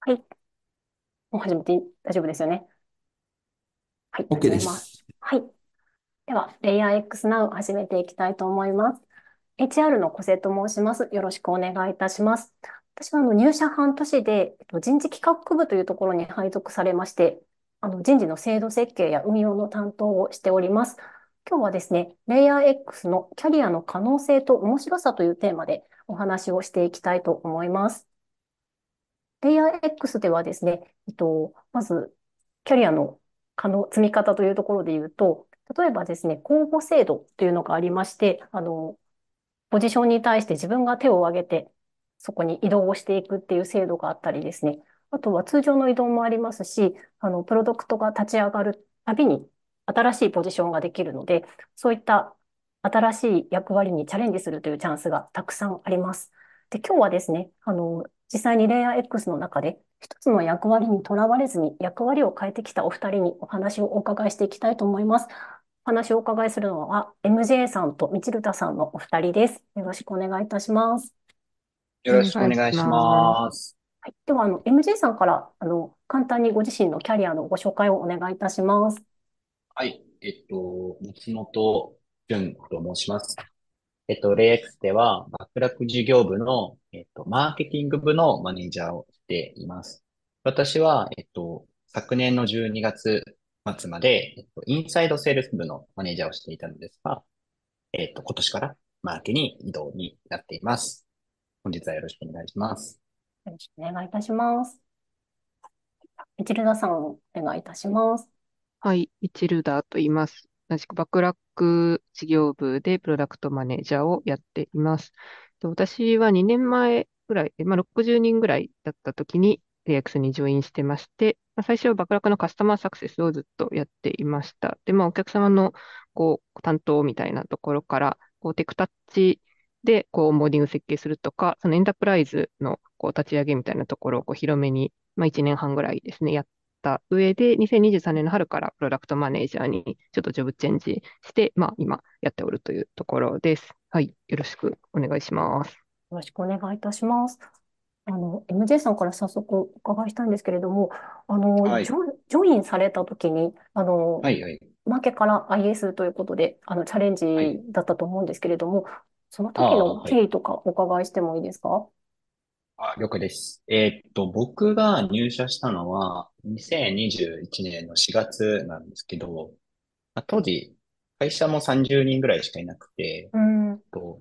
はい。もう始めて大丈夫ですよね。はい、 OK 始めます。 です。 はい。では、レイヤー X Now 始めていきたいと思います。HR の小瀬と申します。よろしくお願いいたします。私は入社半年で、人事企画部というところに配属されまして、人事の制度設計や運用の担当をしております。今日はですね、レイヤー X のキャリアの可能性と面白さというテーマでお話をしていきたいと思います。レイヤー X ではですね、まず、キャリアの積み方というところで言うと、例えばですね、公募制度というのがありまして、ポジションに対して自分が手を挙げて、そこに移動をしていくっていう制度があったりですね。あとは通常の移動もありますし、プロダクトが立ち上がるたびに新しいポジションができるので、そういった新しい役割にチャレンジするというチャンスがたくさんあります。で、今日はですね、実際にレイヤー X の中で一つの役割にとらわれずに役割を変えてきたお二人にお話をお伺いしていきたいと思います。お話をお伺いするのは MJ さんとみちるたさんのお二人です。よろしくお願いいたします。 よろしくおお願いし願いします。 ます。 はい、では、MJ さんから、簡単にご自身のキャリアのご紹介をお願いいたします。 はい。松本潤と申します。レイエックスでは、バックラック事業部の、マーケティング部のマネージャーをしています。私は、昨年の12月末まで、インサイドセールス部のマネージャーをしていたのですが、今年からマーケに移動になっています。本日はよろしくお願いします。 よろしくお願いいたします。みちるたさん、お願いいたします。 はい、イチルダーと言います。同じくバックラック事業部でプロダクトマネージャーをやっています。で私は2年前ぐらい、60人ぐらいだった時に AX にジョインしてまして、最初はバックラックのカスタマーサクセスをずっとやっていました。で、お客様の担当みたいなところから、テクタッチでオンボーディング設計するとか、そのエンタープライズの立ち上げみたいなところを広めに、1年半ぐらいですね、やった上で、2023年の春からプロダクトマネージャーにちょっとジョブチェンジして、今やっておるというところです。はい。よろしくお願いします。 よろしくお願いいたします。MJ さんから早速お伺いしたいんですけれども、 はい。 ジョインされたときに、 はい、はい。 マーケから IS ということで、チャレンジはい。 だったと思うんですけれども、その時のああ、はい。 経緯とかお伺いしてもいいですか？ 了解です。僕が入社したのは2021年の4月なんですけど、当時、会社も30人ぐらいしかいなくて、 うん。 と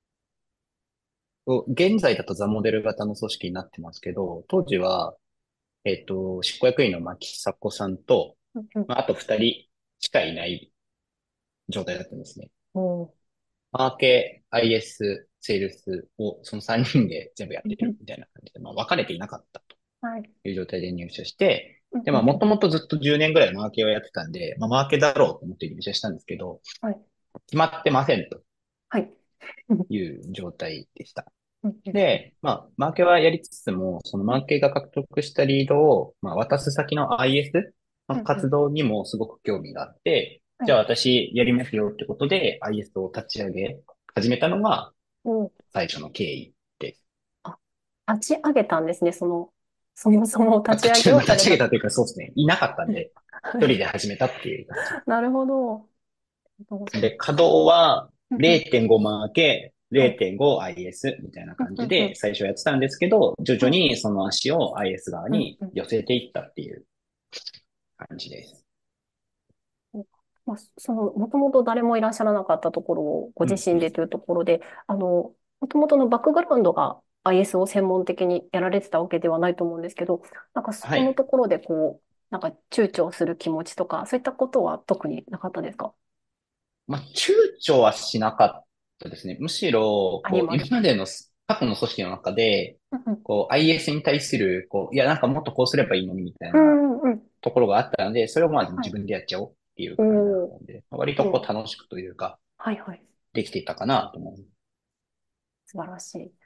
現在だとザモデル型の組織になってますけど、当時は、執行役員の牧迫さんと、 うんうんあと2人しかいない状態だったんですね。 おーマーケ、IS、セールスをその3人で全部やってうんうんるみたいな感じで、分かれていなかったとはい。 いう状態で入社して、で、 うんうんうんもともとずっと10年ぐらいマーケをやってたんで、マーケだろうと思って入社したんですけど、 はい。 決まってませんとはい。うんいう状態でした。 うんうんで、マーケはやりつつも、そのマーケが獲得したリードを、渡す先の IS のうんうん活動にもすごく興味があって、 はい。 じゃあ私やりますよってことで IS を立ち上げ始めたのがおー最初の経緯です。 あ、立ち上げたんですね。そもそも立ち上げをされた。 立ち上げたというかそうですね。いなかったんで、 はい。 一人で始めたっていう感じ。 なるほど。ありがとうございまで、 す。 稼働はうんうん 0.5マーケ、 はい。 0.5IS みたいなうん感じでうんうん最初やってたんですけど、徐々 はい。 にその足を IS 側うんに寄せていったっていう感じです。 まあ、もともと誰もいらっしゃらなかったところをごうんうん。 自身でというところで、もともとのバックグラウンドが IS を専門的にやられてたわけではないと思うんですけど、なんかそこのはい。 ところでなんか躊躇する気持ちとか、そういったことは特になかったですか？ 躊躇はしなかったですね。むしろ、今あります。 までの過去の組織の中で、 うん IS に対する、いや、なんかもっとこうすればいいのにみたいうなんうんうん。 ところがあったので、それをはい。 自分でやっちゃおうっていう感じだっおー、 たので、割とうん楽しくというか、 はいはい。 できていたかなと思います。 素晴らしい。ありが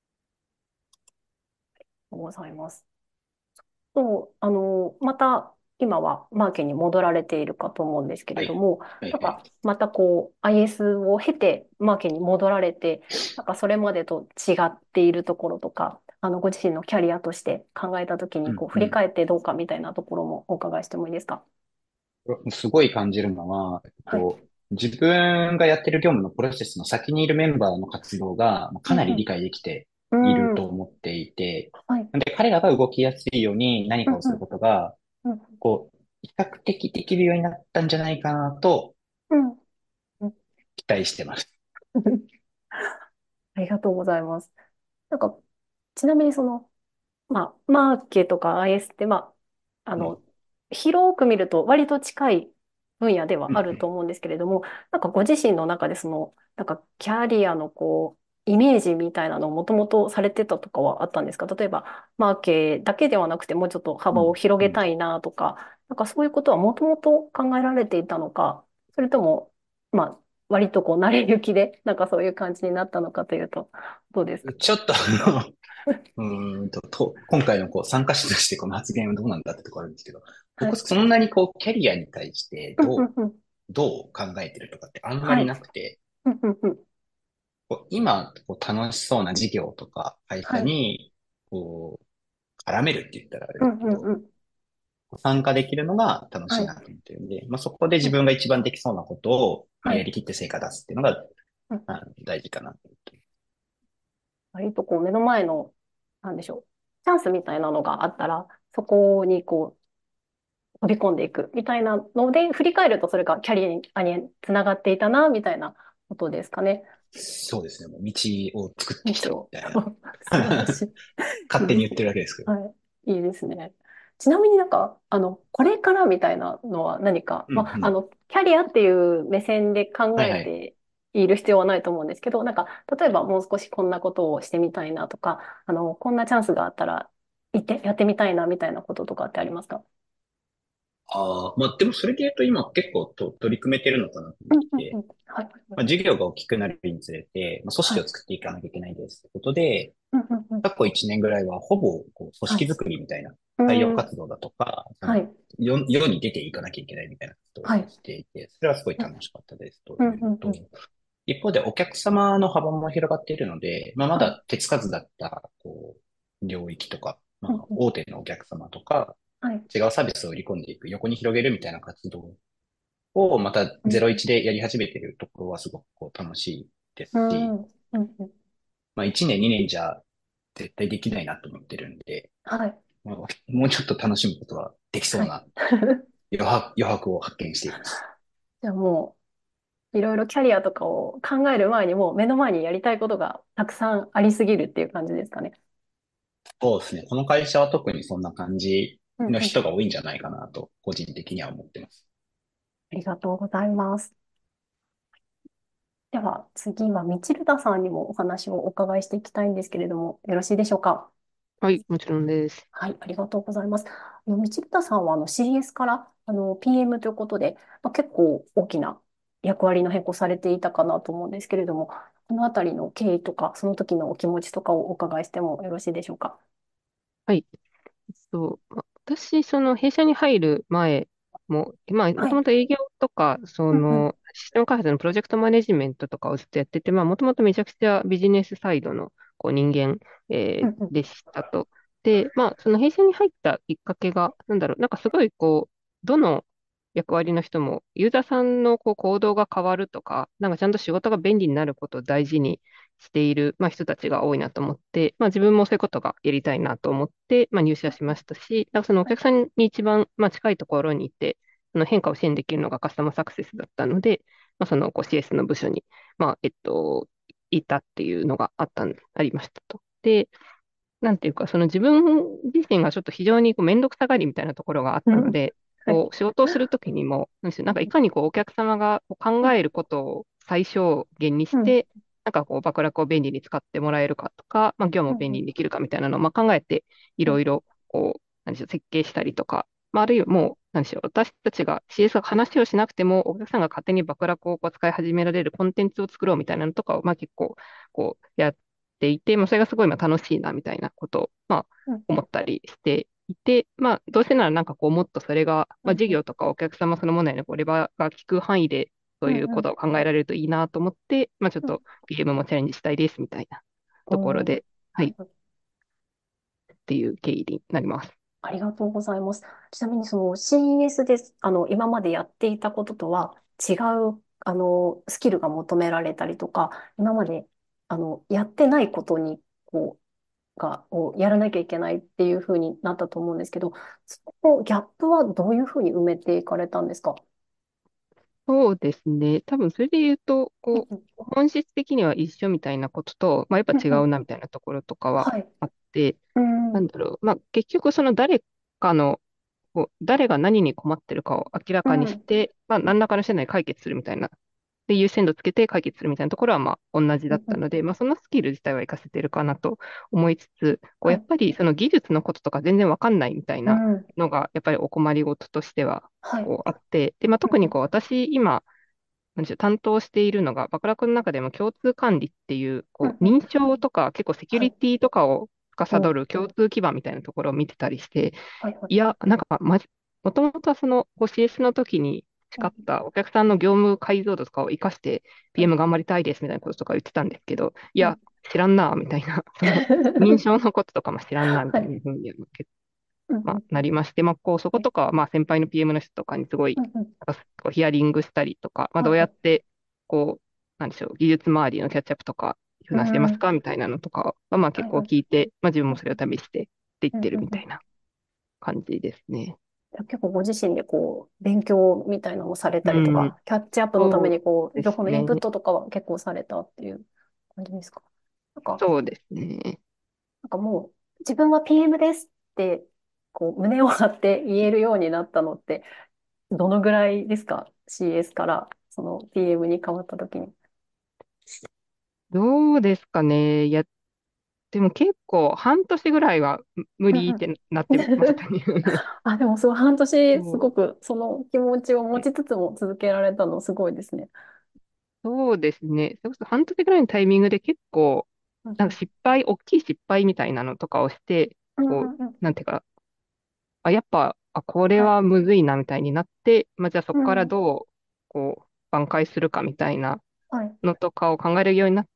とうございます。また、 今はマーケに戻られているかと思うんですけはい。 れども、 はい。はい。 なんかまたこう IS を経てマーケに戻られて、なんかそれまでと違っているところとか、ご自身のキャリアとして考えたときにこう振りうんうん。 返ってどうかみたいなところもお伺いしてもいいですか？ すごい感じるのは、 はい。 自分がやってる業務のプロセスの先にいるメンバーの活動がかなり理うん解できてういるん。うん。 と思っていて、 はい。 なんで彼らが動きやすいように何かをするうんうん。 ことが、 うん比較的できるようになったんじゃないかなとうん。うん。 期待してます。 ありがとうございます。なんか、ちなみにマーケとか IS って、あうん。 の、広く見ると割と近い分野ではあるとうんうん。 思うんですけれども、なんかご自身の中でなんかキャリアのイメージみたいなのをもともとされてたとかはあったんですか？例えば、マーケだけではなくてもうちょっと幅をうんうん。 広げたいなとか、なんかそういうことはもともと考えられていたのか、それとも、まあ、割とこう、慣れ行きで、なんかそういう感じになったのかというと、どうですか？ ちょっと今回の参加者としてこの発言はどうなんだってところあるんですけど、僕はい。 そんなにキャリアに対してうんうんうん。 どう考えてるとかってあんまりはい。 なくて、 うんうんうん。 今、楽しそうな事業とか会社はい。 に、絡めるって言ったらあれうんですけど、 うんうん。 参加できるのが楽しはい。 いなと思ってるんで、そこで自うん分が一番できそうなことを、 はい。 やりきって成果出すっていうのが、 うん。 大事かなと思って割とこう目の前の、なんでしょう。チャンスみたいなのがあったら、そこに飛び込んでいくみたいなので、振り返るとそれがキャリアにつながっていたな、みたいなことですかね。 そうですね。もう道を作ってきたみ道を。 たいな。 素晴らしい。いいですね。 勝手に言ってるだけですけど。 はい。いいですね。ちなみになんか、これからみたいなのは何か、 うんうん。 キャリアっていう目線で考はいはい。 えている必要はないと思うんですけど、なんか、例えばもう少しこんなことをしてみたいなとか、こんなチャンスがあったら、やってみたいなみたいなこととかってありますか？ ああ、でもそれで言うと今結構取り組めてるのかなと思っうんうんうてて、 ん。はい。 事業が大きくなるにつれて、組はい。 織を作っていかなきゃいけないですってことで、 うんうんうん。 過去1年ぐらいはほぼ組はい。 織作りみたいなう採用ん。 活動だとか、 はい。 世に出ていかなきゃいけないみたいな活動をはい。 していて、それはすごいうん楽しかったですとうんいうのと、 うんうん。 一方でお客様の幅も広がっているので、まはい。 だ手つかずだった、領域とか、 うんうん。 大手のお客様とか、 はい。 違うサービスを売り込んでいく、横に広げるみたいな活動をまたうん 01でやり始めているところはすごく楽しいですし、 うんうんうんうん。 1年2年じゃ絶対できないなと思ってるんで、 はい。 もうちょっと楽しむことはできそはい。 うな余白を発見しています。 じゃあもう、いろいろキャリアとかを考える前にもう目の前にやりたいことがたくさんありすぎるっていう感じですかね。 そうですね。この会社は特にそんな感じのうんうん。 人が多いんじゃないかなと、個人的には思ってます。 ありがとうございます。では次は道枝さんにもお話をお伺いしていきたいんですけれども、よろしいでしょうか？ はい、もちろんです。 はい、ありがとうございます。道枝さんはCS からPM ということで、結構大きな役割の変更されていたかなと思うんですけれども、このあたりの経緯とか、その時のお気持ちとかをお伺いしてもよろしいでしょうか？ はい。私、その弊社に入る前も、もはい。 ともと営業とか、 うんうん。 システム開発のプロジェクトマネジメントとかをずっとやってて、もともとめちゃくちゃビジネスサイドの人間、 うんうん。 でしたと。で、その弊社に入ったきっかけが、なんだろう、なんかすごいどの役割の人も、ユーザーさんの行動が変わるとか、なんかちゃんと仕事が便利になることを大事にしている、人たちが多いなと思って、自分もそういうことがやりたいなと思って、入社しましたし、なんかそのおはい。 客さんに一番、近いところにいて、その変化を支援できるのがカスタマーサクセスだったので、そのCS の部署に、いたっていうのがありましたと。で、なんていうか、その自分自身がちょっと非常にめんどくさがりみたいなところがあっうん。 たので、 はい。 仕事をするときにも、なんかいかにお客様が考えることを最小限にしうん。 て、なんか爆落を便利に使ってもらえるかとか、業務を便利うん。 にできるかみたいなのを考えて、いうん。 ろいろなんでしょう、設計したりとか、あるいはもう、なんでしょう、私たちが CS が話をしなくても、お客さんが勝手に爆落を使い始められるコンテンツを作ろうみたいなのとかを、結構、やっていて、それがすごい楽しいなみたいなことを、 うん。 思ったりしていて、まあ、どうせならなんかこう、もっとそれが、まあ、事うんうん。 業とかお客様そのものへのこうレバーが効く範囲で、そういううんうん。 ことを考えられるといいなと思って、まあ、ちょっうん。 と PM もチャレンジしたいですみたいなところおー。 で、はい、 はい。 っていう経緯になります。 ありがとうございます。ちなみにその CES です。今までやっていたこととは違う、スキルが求められたりとか、今まで、やってないことに、をやらなきゃいけないっていうふうになったと思うんですけど、そこ、ギャップはどういうふうに埋めていかれたんですか？ そうですね。多分それで言うと、こうんう、本質的には一緒みたいなことと、まあ、やっぱ違うんうん。 うなみたいなところとかははい。 あって、 うん。うんなんだろう。まあ、結局その誰かの、こう、誰が何に困ってるかを明らかにしうんて、まあ、何らかの手段で解決するみたいな。で、優先度つけて解決するみたいなところは、まあ、同じうんうん。 だったので、まあ、そのスキル自体は活かせてるかなと思いつつ、こう、 はい。 やっぱりその技術のこととか全然わかんないみたいなうん。 のが、やっぱりお困りごととしては、 はい。 こう、あって、で、まあ、特にこう、 うんうん。 私、今、なんでしょう、担当しているのが、バクラクの中でも共通管理っていう、こう、 うんうん。 認証とか結構セキュはい。 リティとかを司お、 る共通基盤みたいなところを見てたりして、 はいはい。 いや、なんか、もともとはその、こう CS の時にうん培ったお客さんの業務解像度とかを活かして、 はい。 PM 頑張りたいですみたいなこととか言ってたんですけど、いうん。 や、知らんな、みたいな、その、認証のこととかも知らんな、みたいはい。 なふうにまあ、 うんうんうん。 なりまして、まあ、こう、そこはい。 とかは、まあ、先輩の PM の人とかにすごい、 うんうん。 なんかこうヒアリングしたりとか、まあ、どうはいはい。 やって、こう、なんでしょう、技術周りのキャッチアップとか、いうふうなしてますうん。 かみたいなのとかは、まあ、結構はいはい。 聞いて、まあ、自分もそれをうん試してっていってるうんうんうん。 みたいな感じですね。 結構ご自身で勉強みたいなのをされうたりとん、 か、キャッチアップのためそうに情報のインですね。 プットとかは結構されたっていう感じですか？なんか、 そうですね。 もう、自分は PM ですって、胸を張って言えるようになったのって、どのぐらいですか？ CS からその PM に変わった時に。 どうですかね。いや、でも結構半年ぐらいは無うんうん。 理ってなってましたね。 あ、でもすごい半年すそうごくその気持ちを持ちつつも続けられたのすごいですね。 そうですね。それこそ半年ぐらいのタイミングで結構、なんかうんうん。 大きい失敗みたいなのとかをして、 うんこう、 うんうん。 なんていうか、やっぱ、これはい。 はむずいなみたいになって、まあ、じゃあそこからうん。 どう、こう、挽回するかみたいなはい。 のとかを考えるようになって、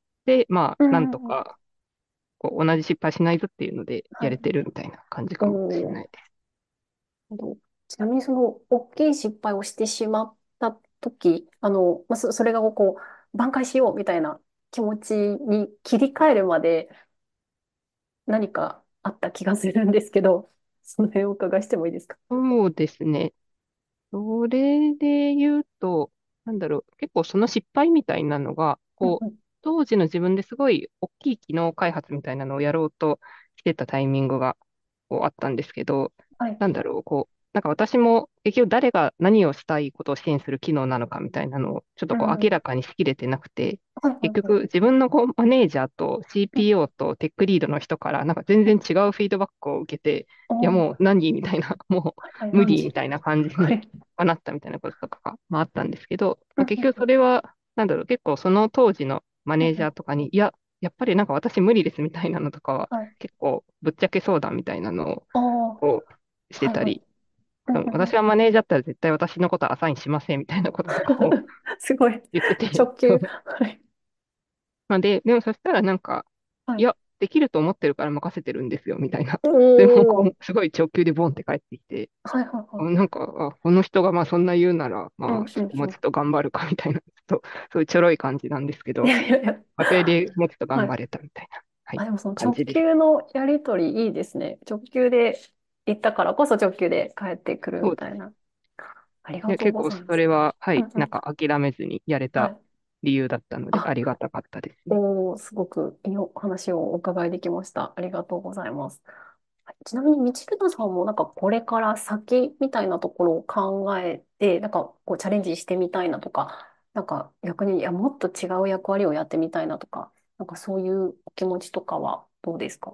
まあ、 うんなんうんうん。 とか、こう、同じ失敗しないぞっていうので、 はい。 やれてるみたいな感じかもしれおー。 ないです。 ちなみにその大きい失敗をしてしまった時、それが挽回しようみたいな気持ちに切り替えるまで何かあった気がするんですけど、その辺をお伺いしてもいいですか？ そうですね。それで言うと、なんだろう、結構その失敗みたいなのが、こう、 うんうん。 当時の自分ですごい大きい機能開発みたいなのをやろうとしてたタイミングがあったんですけど、 はい。 なんだろう、なんか私も結局誰が何をしたいことを支援する機能なのかみたいなのをちょっとうんうん。 明らかにしきれてなくて、 はいはいはい。 結局自分のマネージャーとうん CPO とテックリードの人からなんか全うん。 然違うフィードバックを受けて、いやおー。 もう何みたいな、もはいはい。 う無何時。 理みたいな感じにはい。 なったみたいなこととかが、まあ、あったんですけど、 うん結局うんうん。 それは、なんだろう、結構その当時のマネージャうんうん。 ーとかに、いや、やっぱりなんか私無理ですみたいなのとかは、 はい。 結構ぶっちゃけ相談みたいなのをああ。 こうしてはいはい。 たり、 うんうんうん。 私はマネージャーだったら絶対私のことはアサインしませんみたいなこととかをすごい。 言ってて、 直球。はい。 まあでもそしたらなんか、 はい。 いや、できると思ってるから任せてるんですよみたいな、 おそれもー。 すごい直球でボンって返ってきて、 はいはいはい。 なんか、この人がまあそんな言うなら、 うんまあ、ちょっともうんううちょっと頑張るかみたいな、ちょっと、そういうちょろい感じなんですけん。いど、 やいやいや。 まあ、それでもうちょっとはい。 頑張れたみたいな、はあ、 い、 でもその直感じです。 球のやりとりいいですね。直球で行ったからこそ直球で帰ってくるそうです。 みたいな。ありがとうで結構ございます。 それは、はい、 うんうん。 なんか諦めずにやれたはい。 理由だったので、ああ、 りがたかったですね。 おー、すごくいいお話をお伺いできました。ありがとうございます。はい。ちなみに、道枝さんもこれから先みたいなところを考えて、チャレンジしてみたいなとか、逆に、いや、もっと違う役割をやってみたいなとか、そういうお気持ちとかはどうですか？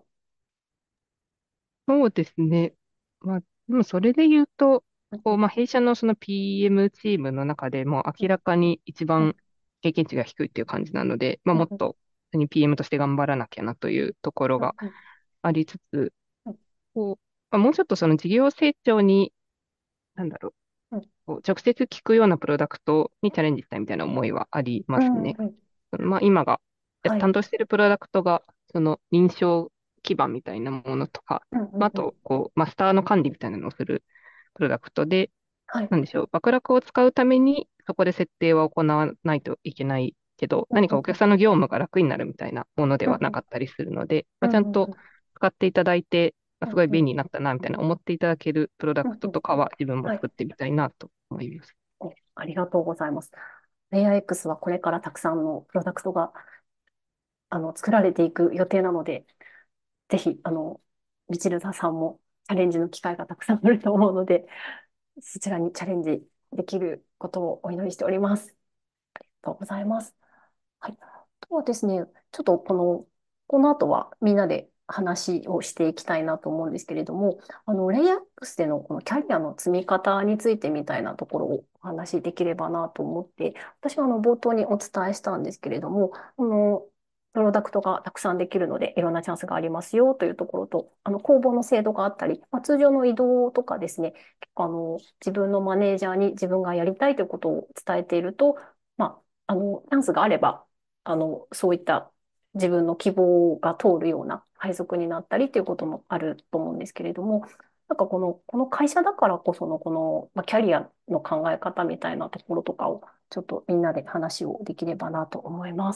そうですね。まあ、でもそれで言うと、 うんまあ、弊社のその PM チームの中でも明らかに一うん番経験値が低いっていう感じなので、まあ、 うんうんもっと普通に PM として頑張らなきゃなというところがうんうんありつつ、 うんこまあ、もうちょっとその事業成長に、なんだろうん、 こう直接聞くようなプロダクトにチャレンジしたいみたいな思いはありうん、 ますね。 うん。 まあ、今がはい。 担当しているプロダクトが、その認証基盤みたいなものとか、 うん、うん、 まあ、あうん。 と、こう、マスターの管理みたいなのをするプロダクトで、 はい。 なんでしょう、爆落を使うために、そこで設定は行わないといけないけど、 うん、うん、 何かお客さんの業務が楽になるみたいなものでうん、 はなかったりするので、まあ、ちゃんうん、 と使っていただいて、まあ、すごいうん、 便利になったな、みたいな思っていただけるプロダうん、 クトうん。 とかは自分もはい。 作ってみたいなと思います。 ありがとうございます。AIX はこれからたくさんのプロダクトが、作られていく予定なので、ぜひ、ミチルダさんもチャレンジの機会がたくさんあると思うので、そちらにチャレンジできることをお祈りしております。ありがとうございます。はい。あとはですね、ちょっとこの後はみんなで話をしていきたいなと思うんですけれども、レイヤー X でのこのキャリアの積み方についてみたいなところをお話しできればなと思って、私は冒頭にお伝えしたんですけれども、プロダクトがたくさんできるので、いろんなチャンスがありますよというところと、公募の制度があったり、通常の移動とかですね、結構自分のマネージャーに自分がやりたいということを伝えていると、チャンスがあれば、そういった自分の希望が通るような配属になったりということもあると思うんですけれども、なんかこの会社だからこそのキャリアの考え方みたいなところとかをちょっとみんなで話をできればなと思います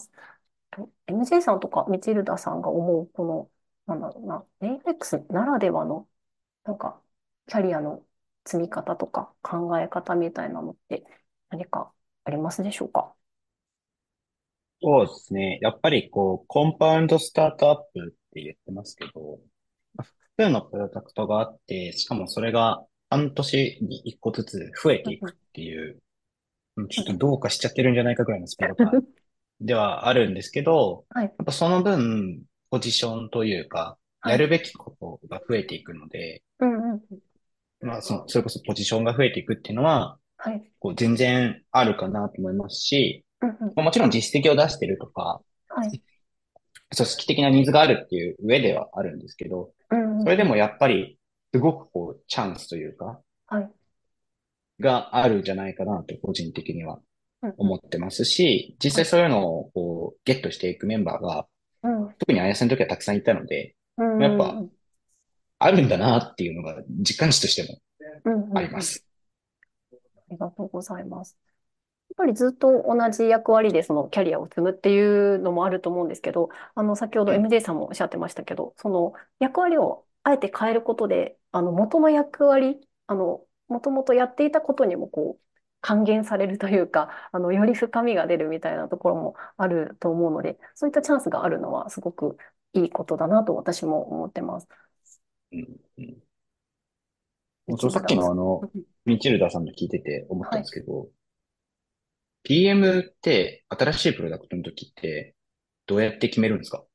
。MJ さんとかミチルダさんが思うなんだろうな、AX ならではのなんかキャリアの積み方とか考え方みたいなのって何かありますでしょうか？ そうですね。やっぱりコンパウンドスタートアップって言ってますけど、複数のプロダクトがあって、しかもそれが半年に一個ずつ増えていくっうんうんていう、ちょっとうんどうかしちゃってるんじゃないかぐらいのスピード感ではあるんですけど、 はい。 やっぱその分、ポジションというか、 はい。 やるべきことが増えていくので、 うんうん。 それこそポジションが増えていくっていうのは、 はい。 全然あるかなと思いますし、 うんうん。 もちろん実績を出してるとか、 はい。 組織的なニーズがあるっていう上ではあるんですけど、 うんうんうん。 それでもやっぱり、すごくチャンスというか、 はい。 があるんじゃないかなと、個人的にはうんうん。 思ってますし、実はい。 際そういうのをゲットしていくメンバーが、 うん。 特にあやせの時はたくさんいたので、 うんうんやっぱ、あるんだなっていうのが実感値としてもうんうんうん。 あります。 ありがとうございます。やっぱりずっと同じ役割でそのキャリアを積むっていうのもあると思うんですけど、先ほどうん。 MJ さんもおっしゃってましたけど、その役割をあえて変えることで、元の役割、もともとやっていたことにも還元されるというか、より深みが出るみたいなところもあると思うので、そういったチャンスがあるのはすごくいいことだなと私も思ってます。 うん。うん。さっき道枝さん。 のミチルダさんの聞いてて思ったんではい。 すけど、PM って新しいプロダクトの時ってどうやって決めるんですか？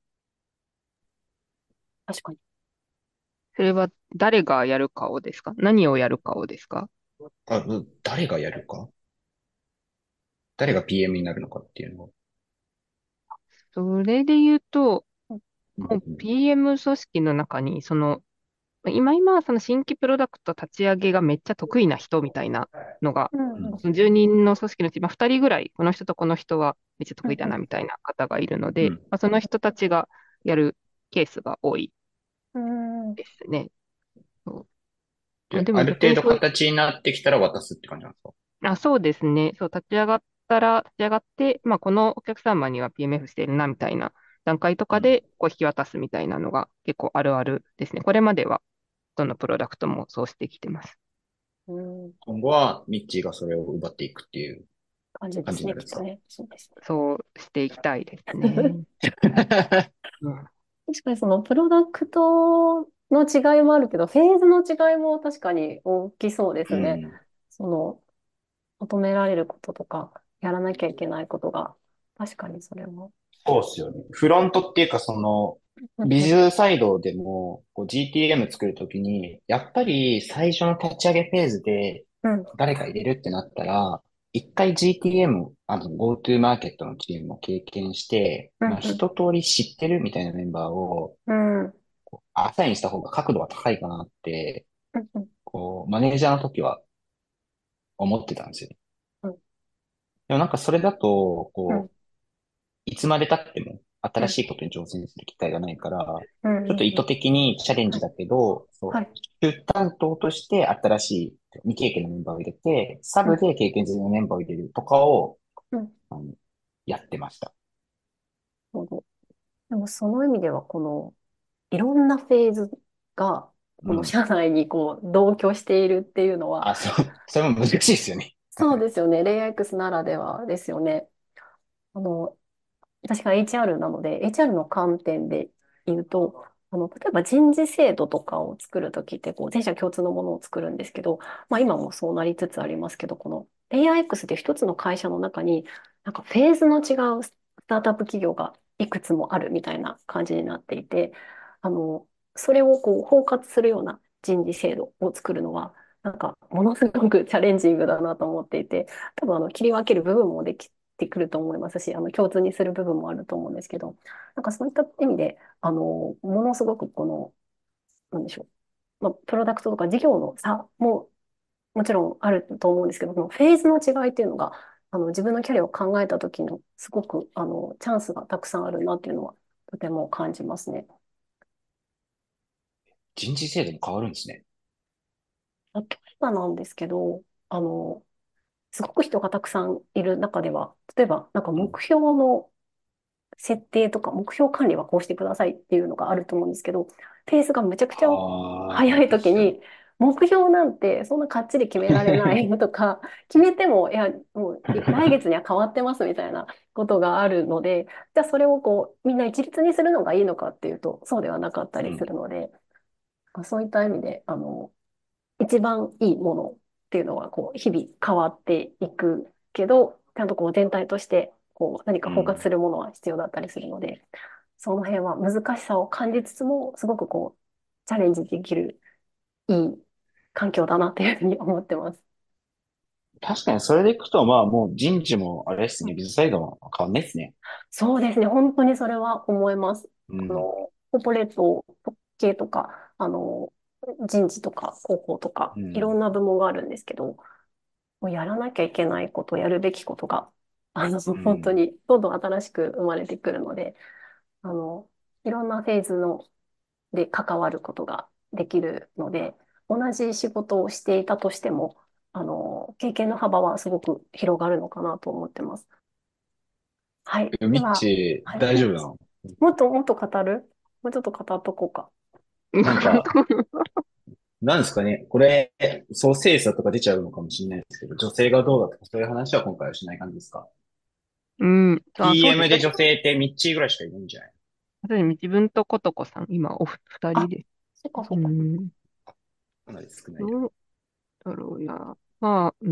確かに。 それは誰がやるかをですか？何をやるかをですか？ 誰がやるか、誰が PM になるのかっていうのを。 それで言うと、もううんうん。 PM 組織の中に、今はその新規プロダクト立ち上げがめっちゃ得意な人みたいなのが、 うんうんうん 10人の組織のうち、2人ぐらい、この人とこの人はめっちゃ得意だなうんみたいな方がいるので、 うん。 その人たちがやるケースが多いうん。うん。 ですね。そうまあ、 で、 でもある程度逆にそうい形になってきたら渡すって感じなんですか？ そうですね。そう、立ち上がって、まあ、このお客様には PMF してるな、みたいな段階とうん。 かで、引き渡すみたいなのが結構あるあるですね。これまでは、どのプロダクトもそうしてきてます。 うん今後はミッチーがそれを奪っていくっていう感じ感じですね、 になるんですか？ きっとね。そうですね。 そうしていきたいですね。うん。 確かにそのプロダクトの違いもあるけど、フェーズの違いも確かに大きそうですね。 うん。 その求められることとか、やらなきゃいけないことが、確かにそれも。 そうっすよね。フロントっていうかビジうんうんュサイドでもGTM 作るときに、やっぱり最初の立ち上げフェーズでうん誰か入れるってなったら、一回 GTM、GoTo マーケットのチームを経験して、 うんうん一通り知ってるみたいなメンバーをうんアサインした方が角度が高いかなって、 うんうんマネージャーの時は思ってたんですよね。 うんでもなんかそれだと、 うんいつまで経っても新うんしいことに挑戦する機会がないから、 うんうんうん。 ちょっと意図的にチャレンはい。 ジだけど、 はい。 中担当として新しい未経験のメンバーを入れて、サブうんで経験済みのメンバーを入れるとかを、 うん。 あのやってました。 なるほど。でもその意味では、いろんなフェーズが、こうん。 の社内に同居しているっていうのは、 あ、それも難しいですよね。 そうですよね。レイヤー X ならではですよね。あの、私が HR なので、HR の観点で言うと、例えば人事制度とかを作るときって、全社共通のものを作るんですけど、まあ今もそうなりつつありますけど、この AIX って一つの会社の中に、なんかフェーズの違うスタートアップ企業がいくつもあるみたいな感じになっていて、あの、それを包括するような人事制度を作るのは、なんかものすごくチャレンジングだなと思っていて、多分切り分ける部分もできてくると思いますし、共通にする部分もあると思うんですけど、なんかそういった意味で、ものすごくなんでしょう、まあ、プロダクトとか事業の差ももちろんあると思うんですけど、このフェーズの違いっていうのが、自分のキャリアを考えた時のすごく、チャンスがたくさんあるなっていうのは、とても感じますね。 人事制度も変わるんですね。 例えばなんですけど、すごく人がたくさんいる中では、例えばなんかうん。 目標の設定とか目標管理はこうしてくださいっていうのがあると思うんですけど、ペースがめちゃくちゃああ、 早い時確かに。 に、目標なんてそんなかっちり決められないとか、決めても、いや、もう来月には変わってますみたいなことがあるので、じゃあそれをみんな一律にするのがいいのかっていうと、そうではなかったりすうん。 るので、そういった意味で、一番いいものっていうのは、日々変わっていくけど、ちゃんと全体として、何か包括うん。 するものは必要だったりするので、その辺は難しさを感じつつも、すごくチャレンジできるいい環境だなっていうふうに思ってます。 確かにそれでいくと、まあもう人事もあれですね、 うん。 ビズサイドも変わんないですね。 そうですね。本当にそれは思います。 うん。 コーポレート系とか、人事とか広報とか、いろうん。 んな部門があるんですけど、もうやらなきゃいけないこと、やるべきことが、本当うん。 にどんどん新しく生まれてくるので、あの、いろんなフェーズで関わることができるので、同じ仕事をしていたとしても、経験の幅はすごく広がるのかなと思ってます。はい。でミッは、 チ、 はい。 大丈夫なの？ もっと語るもうちょっと語っとこうか。 なんか、なんですかね。これ、そう精査とか出ちゃうのかもしれないですけど、女性がどうだとかそういう話は今回はしない感じですか？ うん。あ、そうで PM すね。 で女性ってミッチーぐらいしかいないんじゃない？ 私自分とことこさん、今、二人あ、 で。 そっかそうっか。 ん。 かなり少ないな。 どうだろうな。まあ、うん。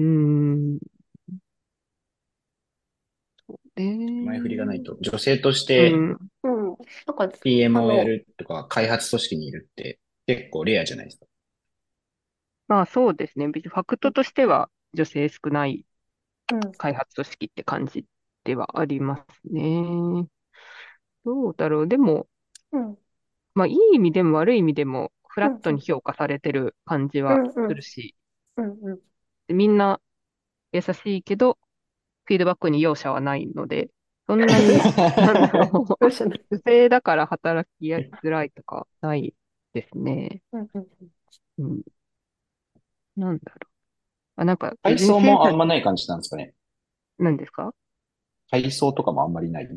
前振りがないと。 ね。 女性としうてん。 うん。なんか、あ PM をやの、 るとか、開発組織にいるって結構レアじゃないですか。 まあそうですね。別にファクトとしては女性少ないうん、 開発組織って感じではありますね。どうだろう。でも、 うん、 まあいい意味でも悪い意味でもフうん、 ラットにうん、 評価されてる感じはうん、うん、 するし、 うん、うん。 みんな優しいけど、フィードバックに容赦はないので、そんなに、なんだろう、 よし、うん、 女性だから働きづらいとかないですね。 うん、うん。 うん、なんだろう。あ、なんか階別に層もあん精査、 まない感じなんですかね。 なんですか？ 階層とかもあんまりない。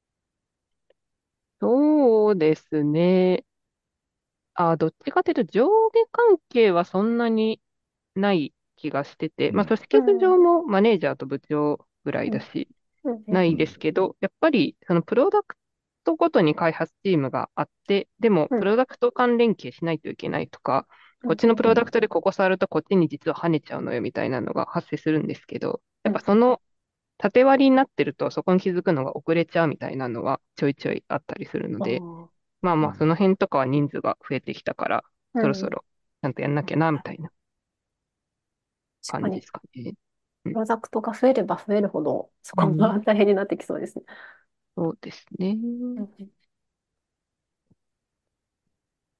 そうですね。あ、どっちかというと上下関係はそんなにない気がしてて、まあうん。 組織図上もマネージャーと部長ぐらいうん、 だし、 うん、うん、 ないでうん。 すけど、やっぱりそのプロダクトごとに開発チームがあって、でもうん、 プロダクト間連携しないといけないとか、 うん、 こっちのプうん。 ロダクトでここ触るとこっちに実は跳ねちゃうのよみたいなのが発生するんですけど、やうん。 っぱその縦割りになってるとそこに気づくのが遅れちゃうみたいなのはちょいちょいあったりするのあで、 あ、 まあまあそうん。 の辺とかは人数が増えてきたから、 うん。 そろそろちゃんとやんなきゃなみたいな確かに、 感じですかね。うん。 プロダクトが増えれば増えるほど、そこうん、 が大変になってきそうですね。 そうですね。 うん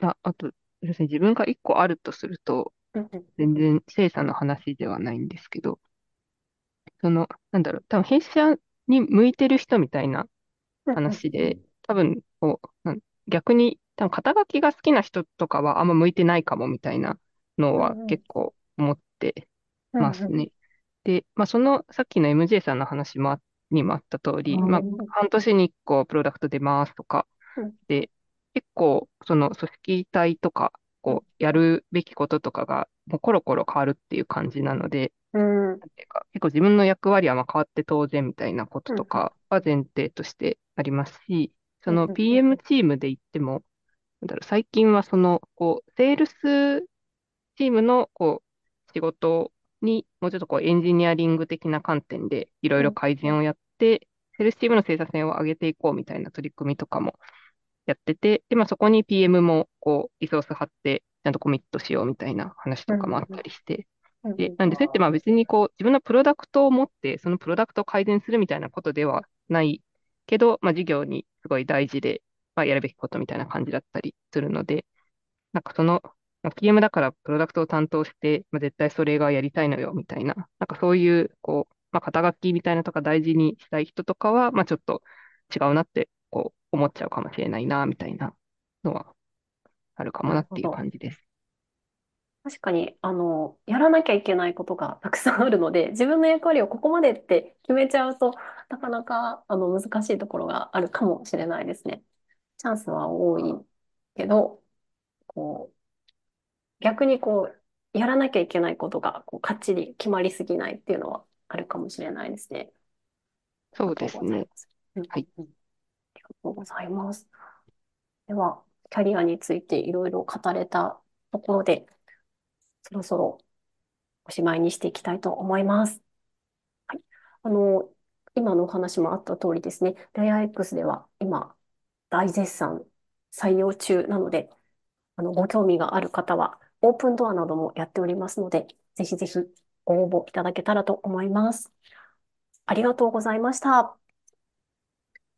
あと、要するに自分が一個あるとすると、 うんうん全然精査の話ではないんですけど、なんだろう、多分弊社に向いてる人みたいなうんうん話で、多分、逆に、多分肩書きが好きな人とかはあんま向いてないかもみたいなのはうん結構思ってうんうんますね。で、さっきの MJ さんの話にもあった通り、 うん半年に1個プロダクト出ますとか、 うんで、結構、その組織体とか、 うんやるべきこととかが、もうコロコロ変わるっていう感じなので、 うんなんていうか、結構自分の役割は変わって当然みたいなことうんうんとかは前提としてありますし、そのうんうん PM チームで言っても、なんだろう、最近はセールスチームの、仕事に、もうちょっとエンジニアリング的な観点でいろいろうん改善をやって、セールスチームの生産性を上げていこうみたいな取り組みとかもやってて、で、そこに PM も、リソース張って、ちゃんとコミットしようみたいな話とかもあったりして、で、 うんうんなんで、それって別に自分のプロダクトを持って、そのプロダクトを改善するみたいなことではないけど、事業にすごい大事で、やるべきことみたいな感じだったりするので、なんかPM だからプロダクトを担当して、絶対それがやりたいのよみたいな、なんかそういう、肩書きみたいなとか大事にしたい人とかは、ちょっと違うなって、思っちゃうかもしれないな、みたいなのはあるかもななっていうるほど。 感じです。 確かに、やらなきゃいけないことがたくさんあるので、自分の役割をここまでって決めちゃうと、なかなか、難しいところがあるかもしれないですね。チャンスは多いけど、こ逆にやらなきゃいけないことが、かっちり決まりすぎないっていうのはあるかもしれないですね。ありそうがとうですね。 ございます。うんはい。 うんうん、ありがとうございます。では、キャリアについていろいろ語れたところで、そろそろおしまいにしていきたいと思います。はい。今のお話もあった通りですね、ダイヤ X では今、大絶賛採用中なので、ご興味がある方は、オープンドアなどもやっておりますので、ぜひぜひご応募いただけたらと思います。ありがとうございました。